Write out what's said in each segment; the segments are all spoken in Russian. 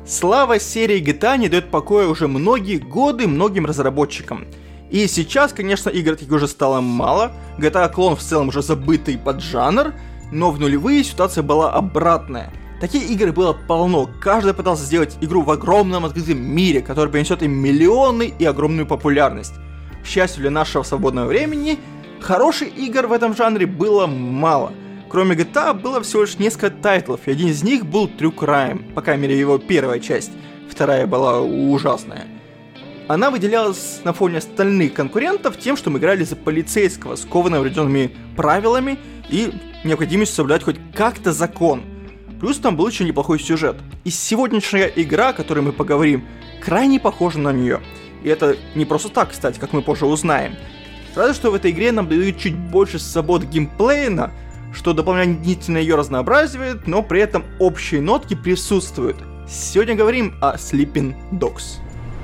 Слава серии GTA не дает покоя уже многие годы многим разработчикам. И сейчас, конечно, игр таких уже стало мало, GTA клон в целом уже забытый поджанр, но в нулевые ситуация была обратная. Таких игр было полно, каждый пытался сделать игру в огромном открытом мире, который принесет им миллионы и огромную популярность. К счастью для нашего свободного времени, хороших игр в этом жанре было мало. Кроме GTA было всего лишь несколько тайтлов, и один из них был True Crime, по крайней мере его первая часть, вторая была ужасная. Она выделялась на фоне остальных конкурентов тем, что мы играли за полицейского, скованного определенными правилами и необходимостью соблюдать хоть как-то закон. Плюс там был еще неплохой сюжет. И сегодняшняя игра, о которой мы поговорим, крайне похожа на нее. И это не просто так, кстати, как мы позже узнаем. Разве что в этой игре нам дают чуть больше свободы геймплейна, что дополнительно ее разнообразивает, но при этом общие нотки присутствуют. Сегодня говорим о Sleeping Dogs.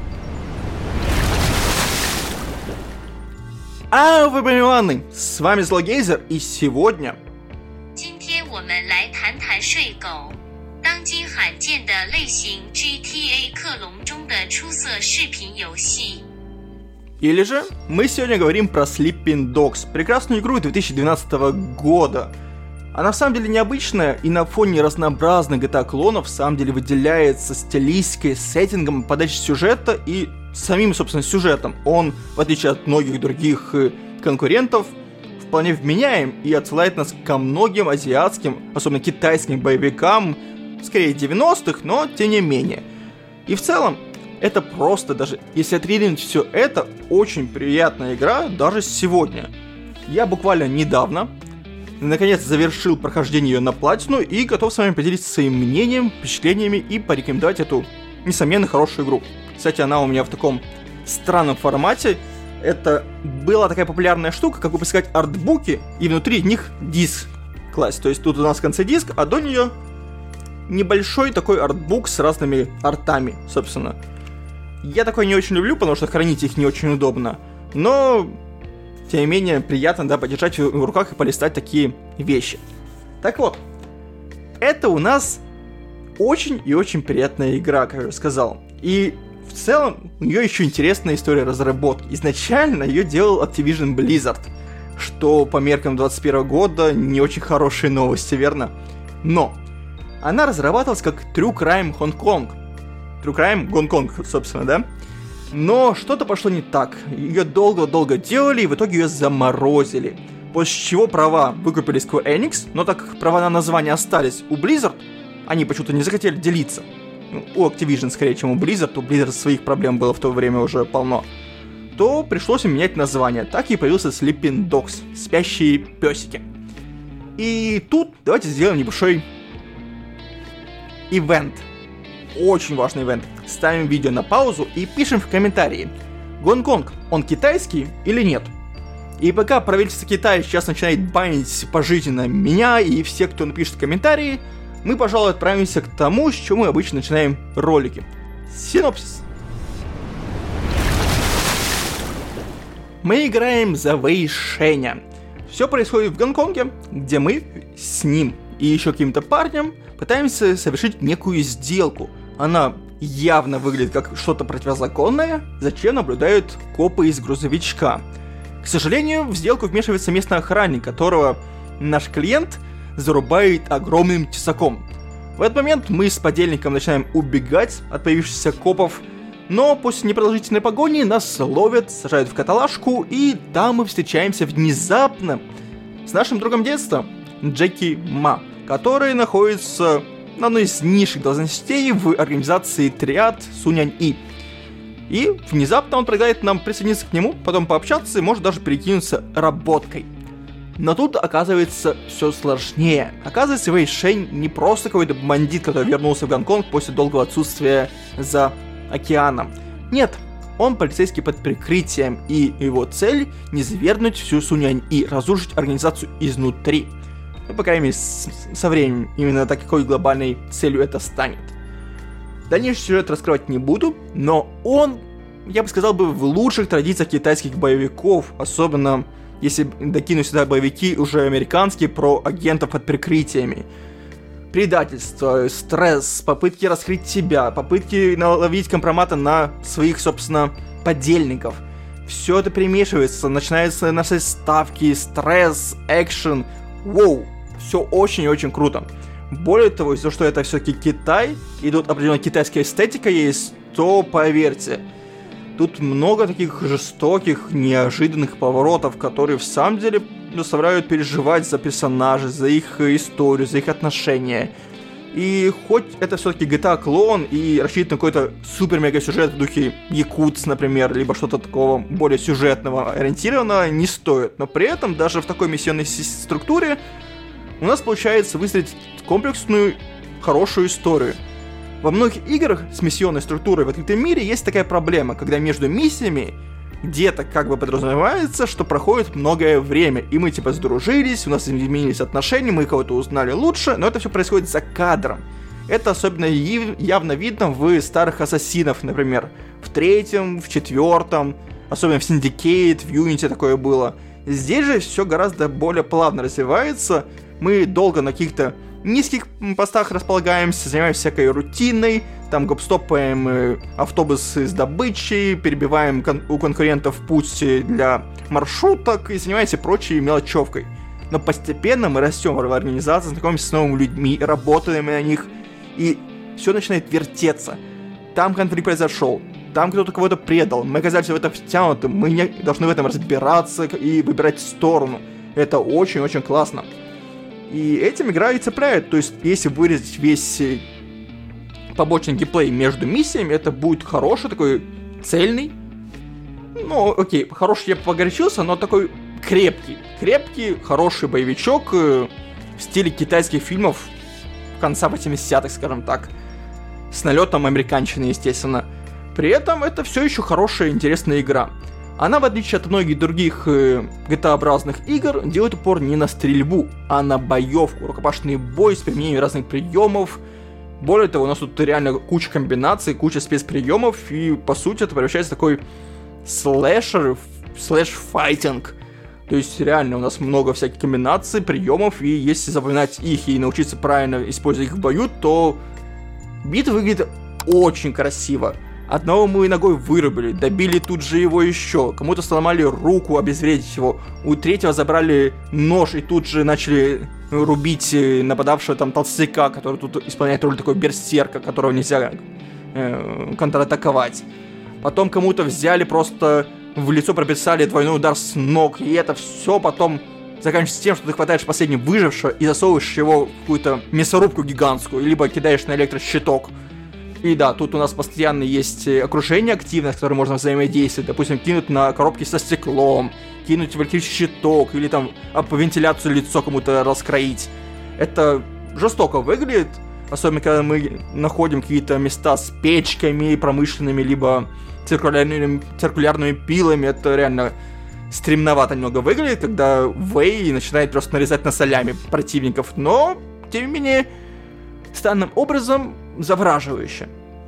А вы понимаете, с вами Злогейзер, и сегодня... 今天我们来谈谈睡狗，当今罕见的类型 GTA 克隆中的出色视频游戏。 Или же мы сегодня говорим про Sleeping Dogs, прекрасную игру 2012 года. Она на самом деле необычная и на фоне разнообразных GTA-клонов в самом деле выделяется стилистикой, сеттингом, подачей сюжета и самим, собственно, сюжетом. Он, в отличие от многих других конкурентов, вполне вменяем и отсылает нас ко многим азиатским, особенно китайским боевикам, скорее 90-х, но тем не менее. И в целом, это просто, даже если отринуть все это, очень приятная игра даже сегодня. Я буквально недавно, наконец, завершил прохождение ее на платину и готов с вами поделиться своим мнением, впечатлениями и порекомендовать эту, несомненно, хорошую игру. Кстати, она у меня в таком странном формате. Это была такая популярная штука, как выпускать артбуки, и внутри них диск класть. То есть тут у нас в конце диск, а до нее небольшой такой артбук с разными артами, собственно. Я такой не очень люблю, потому что хранить их не очень удобно. Но, тем не менее, приятно, да, подержать в руках и полистать такие вещи. Так вот, это у нас очень и очень приятная игра, как я уже сказал. И в целом, у нее еще интересная история разработки. Изначально ее делал Activision Blizzard, что по меркам 2021 года не очень хорошие новости, верно? Но она разрабатывалась как True Crime Hong Kong. True Crime Гонконг, собственно, да? Но что-то пошло не так. Ее долго-долго делали, и в итоге ее заморозили. После чего права выкупили Square Enix, но так как права на название остались у Blizzard, они почему-то не захотели делиться. У Activision скорее, чем у Blizzard. У Blizzard своих проблем было в то время уже полно. То пришлось им менять название. Так и появился Sleeping Dogs, спящие песики. И тут давайте сделаем небольшой ивент. Очень важный ивент. Ставим видео на паузу и пишем в комментарии: Гонконг, он китайский или нет? И пока правительство Китая сейчас начинает банить пожизненно меня и всех, кто напишет комментарии, мы, пожалуй, отправимся к тому, с чего мы обычно начинаем ролики. Синопсис. Мы играем за Вэй Шэня. Все происходит в Гонконге, где мы с ним и еще каким-то парнем пытаемся совершить некую сделку. Она явно выглядит как что-то противозаконное, зачем наблюдают копы из грузовичка. К сожалению, в сделку вмешивается местный охранник, которого наш клиент зарубает огромным тесаком. В этот момент мы с подельником начинаем убегать от появившихся копов, но после непродолжительной погони нас ловят, сажают в каталажку, и там мы встречаемся внезапно с нашим другом детства, Джеки Ма, который находится на одной из низших должностей в организации Триад Сунянь-И. И внезапно он предлагает нам присоединиться к нему, потом пообщаться и может даже перекинуться работкой. Но тут оказывается все сложнее. Оказывается, Вэй Шэнь не просто какой-то бандит, который вернулся в Гонконг после долгого отсутствия за океаном. Нет, он полицейский под прикрытием, и его цель — низвергнуть всю Сунянь-И, разрушить организацию изнутри. Ну, по крайней мере, со временем именно такой глобальной целью это станет. Дальнейший сюжет раскрывать не буду, но он, я бы сказал, в лучших традициях китайских боевиков, особенно если докину сюда боевики уже американские про агентов под прикрытиями. предательство, стресс, попытки раскрыть себя, попытки наловить компромата на своих, собственно, подельников. Все это перемешивается, начинаются наши ставки, стресс, экшен. Воу, все очень-очень круто. Более того, из-за того, что это все-таки Китай, и тут определенная китайская эстетика есть, то поверьте, тут много таких жестоких, неожиданных поворотов, которые в самом деле заставляют переживать за персонажей, за их историю, за их отношения. И хоть это все-таки GTA клон и рассчитан на какой-то супер-мега-сюжет в духе Якутс, например, либо что-то такого более сюжетного, ориентированного, не стоит. Но при этом даже в такой миссионной структуре у нас получается выстроить комплексную, хорошую историю. Во многих играх с миссионной структурой в открытом мире есть такая проблема, когда между миссиями где-то как бы подразумевается, что проходит многое время, и мы типа сдружились, у нас изменились отношения, мы кого-то узнали лучше, но это все происходит за кадром. Это особенно явно видно в старых Ассасинах, например, в 3-м, в 4-м, особенно в Syndicate, в Unity такое было. Здесь же все гораздо более плавно развивается, мы долго на каких-то низких постах располагаемся, занимаемся всякой рутиной, там гопстопаем автобусы с добычей, перебиваем у конкурентов путь для маршруток и занимаемся прочей мелочевкой. Но постепенно мы растем в организации, знакомимся с новыми людьми, работаем на них, и все начинает вертеться. Там конфликт произошел, там кто-то кого-то предал, мы оказались в это втянуты, мы не должны в этом разбираться и выбирать сторону. Это очень-очень классно. И этим игра и цепляет, то есть если вырезать весь побочный геймплей между миссиями, это будет хороший такой цельный, ну окей, хороший я погорячился, но такой крепкий, хороший боевичок в стиле китайских фильмов конца 80-х, скажем так, с налетом американщины, естественно. При этом это все еще хорошая, интересная игра. Она, в отличие от многих других GTA-образных игр, делает упор не на стрельбу, а на боевку, рукопашный бой с применением разных приемов. Более того, у нас тут реально куча комбинаций, куча спецприемов, и по сути это превращается в такой слэшер, слэш-файтинг. То есть реально у нас много всяких комбинаций, приемов, и если запоминать их и научиться правильно использовать их в бою, то битва выглядит очень красиво. Одного мы ногой вырубили, добили тут же его еще, кому-то сломали руку, обезвредить его, у третьего забрали нож и тут же начали рубить нападавшего там толстяка, который тут исполняет роль такой берсерка, которого нельзя контратаковать. Потом кому-то взяли, просто в лицо прописали двойной удар с ног, и это все потом заканчивается тем, что ты хватаешь последнего выжившего и засовываешь его в какую-то мясорубку гигантскую, либо кидаешь на электрощиток. И да, тут у нас постоянно есть окружение активное, с которым можно взаимодействовать. Допустим, кинуть на коробки со стеклом, кинуть в электрический щиток, или там по вентиляцию лицо кому-то раскроить. Это жестоко выглядит, особенно когда мы находим какие-то места с печками промышленными, либо циркулярными пилами. Это реально стремновато немного выглядит, когда Вэй начинает просто нарезать на солями противников. Но, тем не менее, странным образом завораживающе.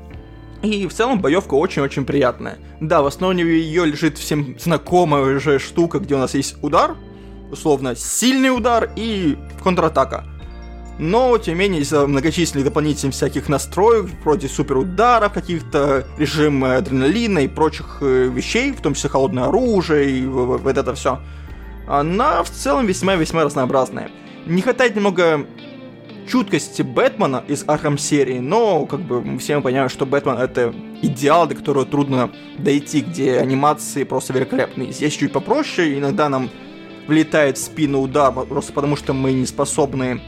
И в целом боевка очень-очень приятная. Да, в основе ее лежит всем знакомая же штука, где у нас есть удар, условно сильный удар и контратака. Но, тем не менее, из-за многочисленных дополнительных всяких настроек, вроде суперударов, каких-то режима адреналина и прочих вещей, в том числе холодное оружие и вот это все, она в целом весьма-весьма разнообразная. Не хватает немного чуткости Бэтмена из Арkham серии, но как бы все мы понимаем, что Бэтмен это идеал, до которого трудно дойти, где анимации просто великолепные. Здесь чуть попроще, иногда нам влетает в спину удар, просто потому что мы не способны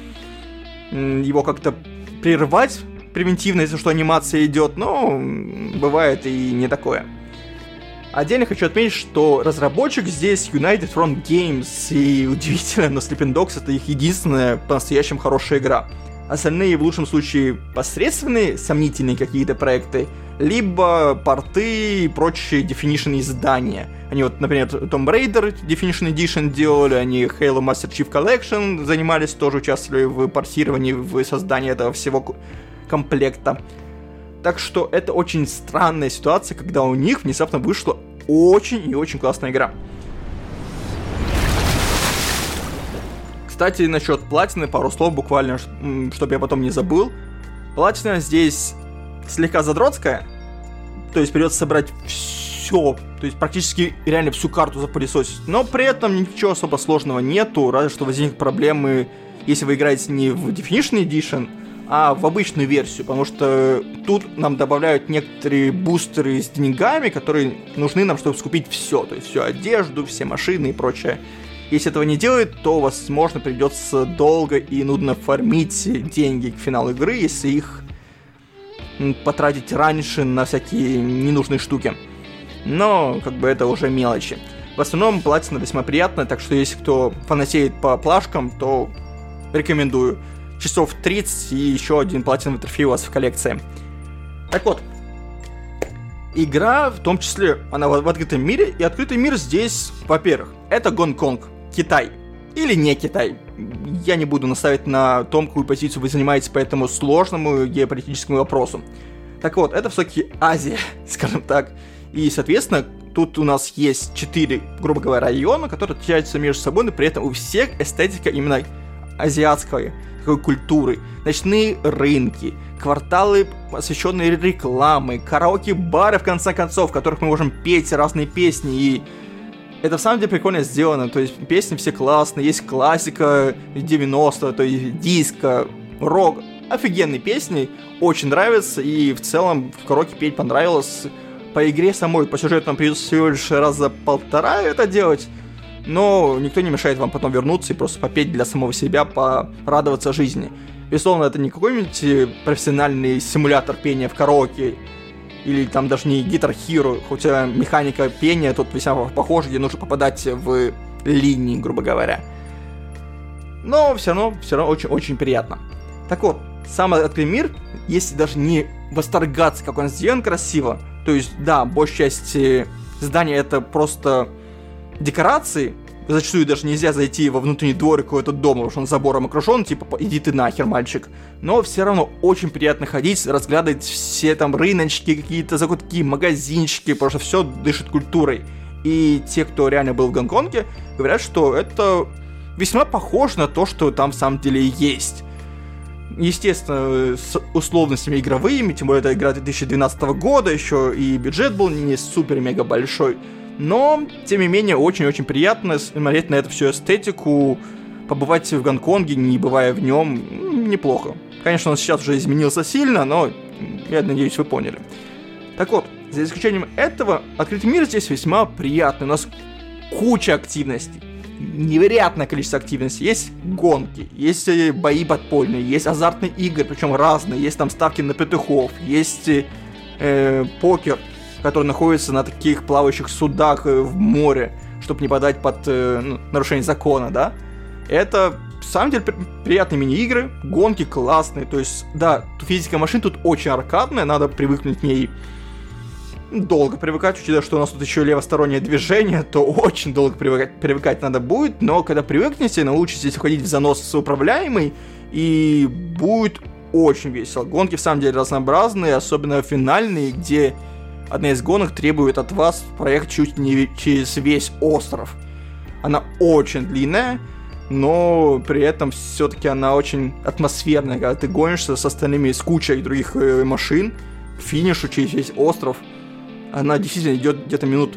его как-то прервать превентивно, если что анимация идет, но бывает и не такое. Отдельно хочу отметить, что разработчик здесь United Front Games, и удивительно, но Sleeping Dogs это их единственная по-настоящему хорошая игра. Остальные в лучшем случае посредственные, сомнительные какие-то проекты, либо порты и прочие Definition издания. Они вот, например, Tomb Raider Definition Edition делали, они Halo Master Chief Collection занимались, тоже участвовали в портировании, в создании этого всего комплекта. Так что это очень странная ситуация, когда у них внезапно вышла очень и очень классная игра. Кстати, насчет платины, пару слов буквально, чтобы я потом не забыл. Платина здесь слегка задротская, то есть придется собрать все, то есть практически реально всю карту запылесосить. Но при этом ничего особо сложного нету, разве что возникнут проблемы, если вы играете не в Definition Edition, а в обычную версию, потому что тут нам добавляют некоторые бустеры с деньгами, которые нужны нам, чтобы скупить все, то есть всю одежду, все машины и прочее. Если этого не делать, то, возможно, придется долго и нудно фармить деньги к финалу игры, если их потратить раньше на всякие ненужные штуки. Но, как бы, это уже мелочи. В основном, платина весьма приятная, так что если кто фанатеет по плашкам, то рекомендую. Часов 30 и еще один платиновый трофей у вас в коллекции. Так вот, игра, в том числе, она в открытом мире, и открытый мир здесь, во-первых, это Гонконг, Китай. Или не Китай. Я не буду наставить на том, какую позицию вы занимаете по этому сложному геополитическому вопросу. Так вот, это все-таки Азия, скажем так. И, соответственно, тут у нас есть 4, грубо говоря, района, которые отличаются между собой, но при этом у всех эстетика именно азиатской такой культуры. Ночные рынки, кварталы, посвященные рекламе, караоке-бары, в конце концов, в которых мы можем петь разные песни, и это в самом деле прикольно сделано, то есть песни все классные, есть классика 90-го, то есть диско, рок, офигенные песни, очень нравятся, и в целом в караоке петь понравилось. По игре самой, по сюжету нам придется всего лишь раза полтора это делать, но никто не мешает вам потом вернуться и просто попеть для самого себя, порадоваться жизни. Безусловно, это не какой-нибудь профессиональный симулятор пения в караоке, или там даже не Guitar Hero, хотя механика пения тут весьма похожа, где нужно попадать в линии, грубо говоря. Но все равно очень приятно. Так вот, самый открытый мир, если даже не восторгаться, как он сделан красиво, то есть, да, большая часть зданий это просто декорации, зачастую даже нельзя зайти во внутренний двор какого-то дома, потому что он забором окружен, типа, иди ты нахер, мальчик. Но все равно очень приятно ходить, разглядывать все там рыночки, какие-то закутки, магазинчики, потому что все дышит культурой. И те, кто реально был в Гонконге, говорят, что это весьма похоже на то, что там в самом деле есть. Естественно, с условностями игровыми, тем более это игра 2012 года еще, и бюджет был не супер-мега большой. Но, тем не менее, очень-очень приятно смотреть на эту всю эстетику, побывать в Гонконге, не бывая в нем, неплохо. Конечно, он сейчас уже изменился сильно, но я надеюсь, вы поняли. Так вот, за исключением этого, открытый мир здесь весьма приятный. У нас куча активностей, невероятное количество активностей. Есть гонки, есть бои подпольные, есть азартные игры, причем разные. Есть там ставки на петухов, есть покер, который находится на таких плавающих судах в море, чтобы не подать под нарушение закона, да. Это, в самом деле, приятные мини-игры, гонки классные, то есть, да, физика машин тут очень аркадная, надо привыкнуть к ней долго привыкать, учитывая, что у нас тут еще левостороннее движение, то очень долго привыкать надо будет, но когда привыкнете, научитесь входить в занос управляемый, и будет очень весело. Гонки, в самом деле, разнообразные, особенно финальные, где одна из гонок требует от вас проехать чуть не через весь остров. Она очень длинная, но при этом все-таки она очень атмосферная, когда ты гонишься с остальными, с кучей других машин, к финишу через весь остров. Она действительно идет где-то минут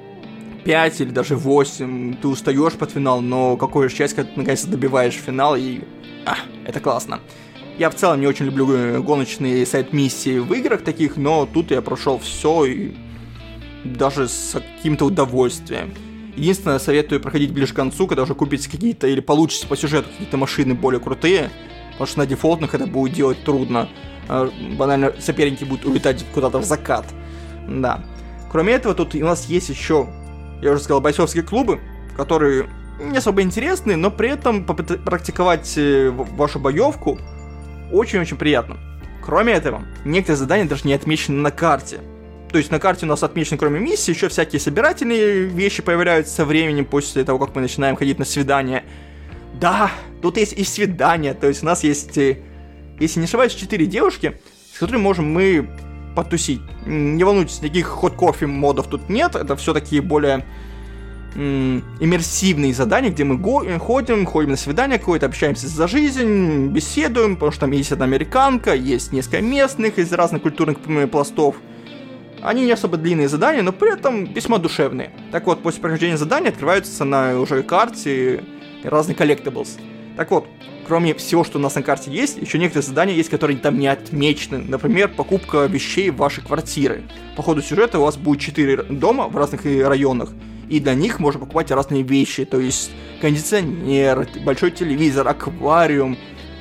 5 или даже 8, ты устаешь под финал, но какое счастье, когда ты наконец-то добиваешь финал, и это классно. Я в целом не очень люблю гоночные сайд-миссии в играх таких, но тут я прошел все и даже с каким-то удовольствием. Единственное, советую проходить ближе к концу, когда уже купите какие-то или получите по сюжету какие-то машины более крутые, потому что на дефолтных это будет делать трудно. Банально соперники будут улетать куда-то в закат. Да. Кроме этого, тут у нас есть еще, я уже сказал, бойцовские клубы, которые не особо интересные, но при этом практиковать вашу боевку очень-очень приятно. Кроме этого, некоторые задания даже не отмечены на карте. То есть на карте у нас отмечены, кроме миссий, еще всякие собирательные вещи появляются со временем, после того, как мы начинаем ходить на свидания. Да, тут есть и свидания, то есть у нас есть, если не ошибаюсь, 4 девушки, с которыми можем мы потусить. Не волнуйтесь, никаких hot coffee модов тут нет, это все такие более иммерсивные задания, где мы ходим на свидание какое-то, общаемся за жизнь, беседуем, потому что там есть одна американка, есть несколько местных из разных культурных пластов. Они не особо длинные задания, но при этом весьма душевные. Так вот, после прохождения задания открываются на уже карте разные collectibles. Так вот, кроме всего, что у нас на карте есть, еще некоторые задания есть, которые там не отмечены. Например, покупка вещей в вашей квартиры. По ходу сюжета у вас будет 4 дома в разных районах, и для них можно покупать разные вещи. То есть кондиционер, большой телевизор, аквариум.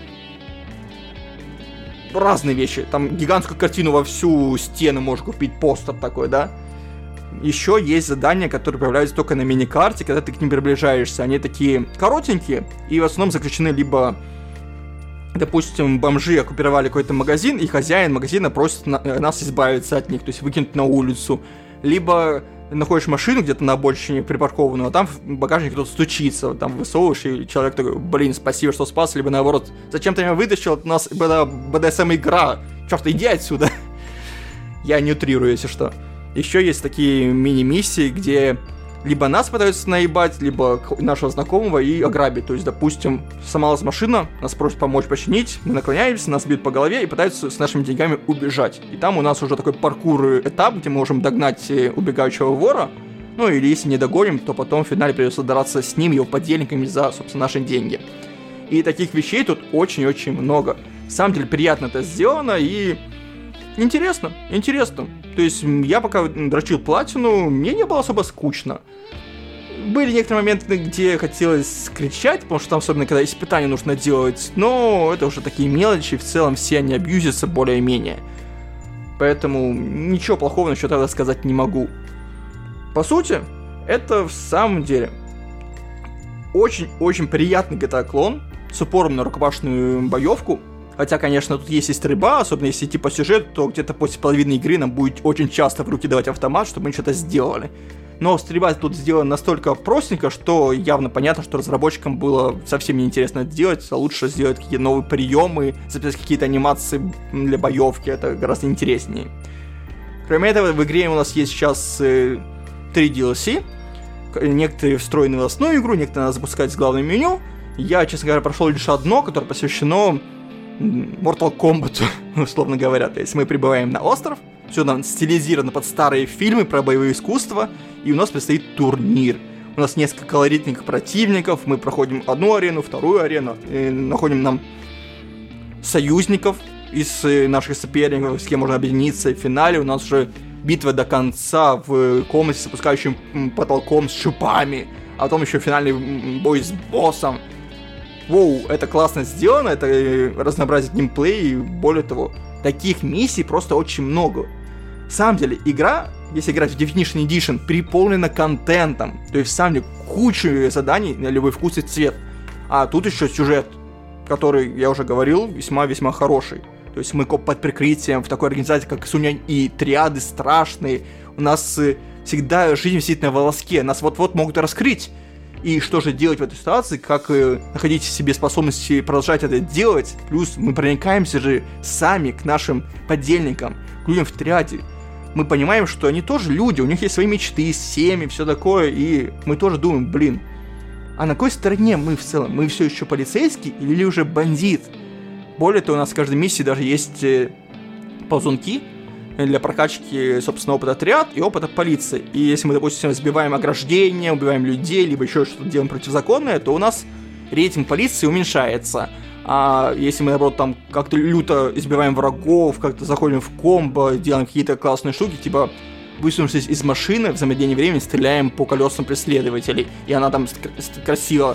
Разные вещи. Там гигантскую картину во всю стену можно купить, постер такой, да? Еще есть задания, которые появляются только на мини-карте, когда ты к ним приближаешься. Они такие коротенькие и в основном заключены либо, допустим, бомжи оккупировали какой-то магазин, и хозяин магазина просит нас избавиться от них, то есть выкинуть на улицу. Либо находишь машину где-то на обочине припаркованную, а там в багажнике кто-то стучится, там высовываешь, и человек такой: блин, спасибо, что спас, либо наоборот: зачем ты меня вытащил, у нас была БДСМ-игра, черт, иди отсюда. Я не утрирую, если что. Еще есть такие мини-миссии, где либо нас пытаются наебать, либо нашего знакомого и ограбить. То есть, допустим, сломалась машина, нас просят помочь починить, мы наклоняемся, нас бьют по голове и пытаются с нашими деньгами убежать. И там у нас уже такой паркур-этап, где мы можем догнать убегающего вора. Ну или если не догоним, то потом в финале придется драться с ним, его подельниками за, собственно, наши деньги. И таких вещей тут очень-очень много. На самом деле приятно это сделано и интересно. То есть я пока дрочил платину, мне не было особо скучно. Были некоторые моменты, где хотелось кричать, потому что там, особенно когда испытания нужно делать, но это уже такие мелочи, в целом все они абьюзятся более-менее. Поэтому ничего плохого насчет этого сказать не могу. По сути, это в самом деле очень-очень приятный GTA-клон с упором на рукопашную боевку. Хотя, конечно, тут есть и стрельба, особенно если идти по сюжету, то где-то после половины игры нам будет очень часто в руки давать автомат, чтобы мы что-то сделали. Но стрельба тут сделана настолько простенько, что явно понятно, что разработчикам было совсем неинтересно это делать, а лучше сделать какие-то новые приемы, записать какие-то анимации для боевки, это гораздо интереснее. Кроме этого, в игре у нас есть сейчас 3 DLC, некоторые встроены в основную игру, некоторые надо запускать с главным меню. Я, честно говоря, прошел лишь одно, которое посвящено Mortal Kombat, условно говоря. То есть мы прибываем на остров, все нам стилизировано под старые фильмы про боевое искусство, и у нас предстоит турнир. У нас несколько колоритных противников, мы проходим одну арену, вторую арену, находим нам союзников из наших соперников, с кем можно объединиться. И в финале у нас уже битва до конца в комнате с опускающим потолком с шипами, а потом еще финальный бой с боссом. Воу, это классно сделано, это разнообразит геймплей, и более того, таких миссий просто очень много. На самом деле, игра, если играть в Definition Edition, переполнена контентом, то есть, в самом деле, куча заданий на любой вкус и цвет. А тут еще сюжет, который, я уже говорил, весьма-весьма хороший. То есть мы под прикрытием в такой организации, как Сунянь, и триады страшные. У нас всегда жизнь висит на волоске, нас вот-вот могут раскрыть. И что же делать в этой ситуации, как находить в себе способности продолжать это делать. Плюс мы проникаемся же сами к нашим подельникам, к людям в триаде. Мы понимаем, что они тоже люди, у них есть свои мечты, семьи, все такое. И мы тоже думаем, блин, а на какой стороне мы в целом? Мы все еще полицейский или уже бандит? Более того, у нас в каждой миссии даже есть ползунки для прокачки, собственно, опыта триад и опыта полиции. И если мы, допустим, сбиваем ограждение, убиваем людей, либо еще что-то делаем противозаконное, то у нас рейтинг полиции уменьшается. А если мы, наоборот, там как-то люто избиваем врагов, как-то заходим в комбо, делаем какие-то классные штуки, типа высунувшись из машины, в замедлении времени стреляем по колесам преследователей, и она там красиво,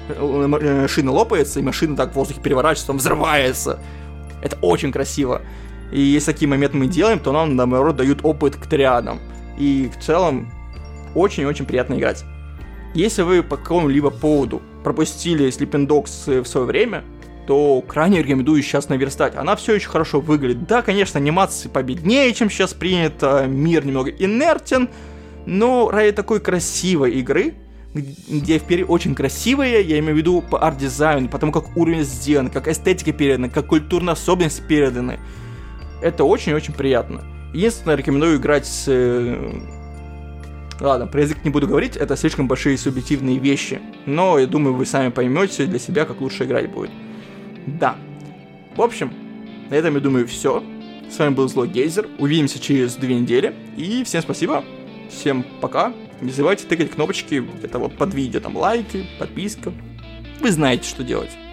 шина лопается, и машина так в воздухе переворачивается, там взрывается. Это очень красиво. И если такие моменты мы делаем, то нам, наоборот, дают опыт к триадам. И в целом очень-очень приятно играть. Если вы по какому-либо поводу пропустили Sleeping Dogs в свое время, то крайне рекомендую сейчас наверстать. Она все еще хорошо выглядит. Да, конечно, анимации победнее, чем сейчас принято, мир немного инертен, но ради такой красивой игры, где впереди очень красивые, я имею в виду по арт-дизайну, потому как уровень сделан, как эстетика передана, как культурные особенности переданы, это очень-очень приятно. Единственное, рекомендую играть с Ладно, про язык не буду говорить, это слишком большие субъективные вещи. Но я думаю, вы сами поймете для себя, как лучше играть будет. Да. В общем, на этом, я думаю, все. С вами был Злой Гейзер. Увидимся через 2 недели. И всем спасибо. Всем пока. Не забывайте тыкать кнопочки где-то вот под видео. Там лайки, подписка. Вы знаете, что делать.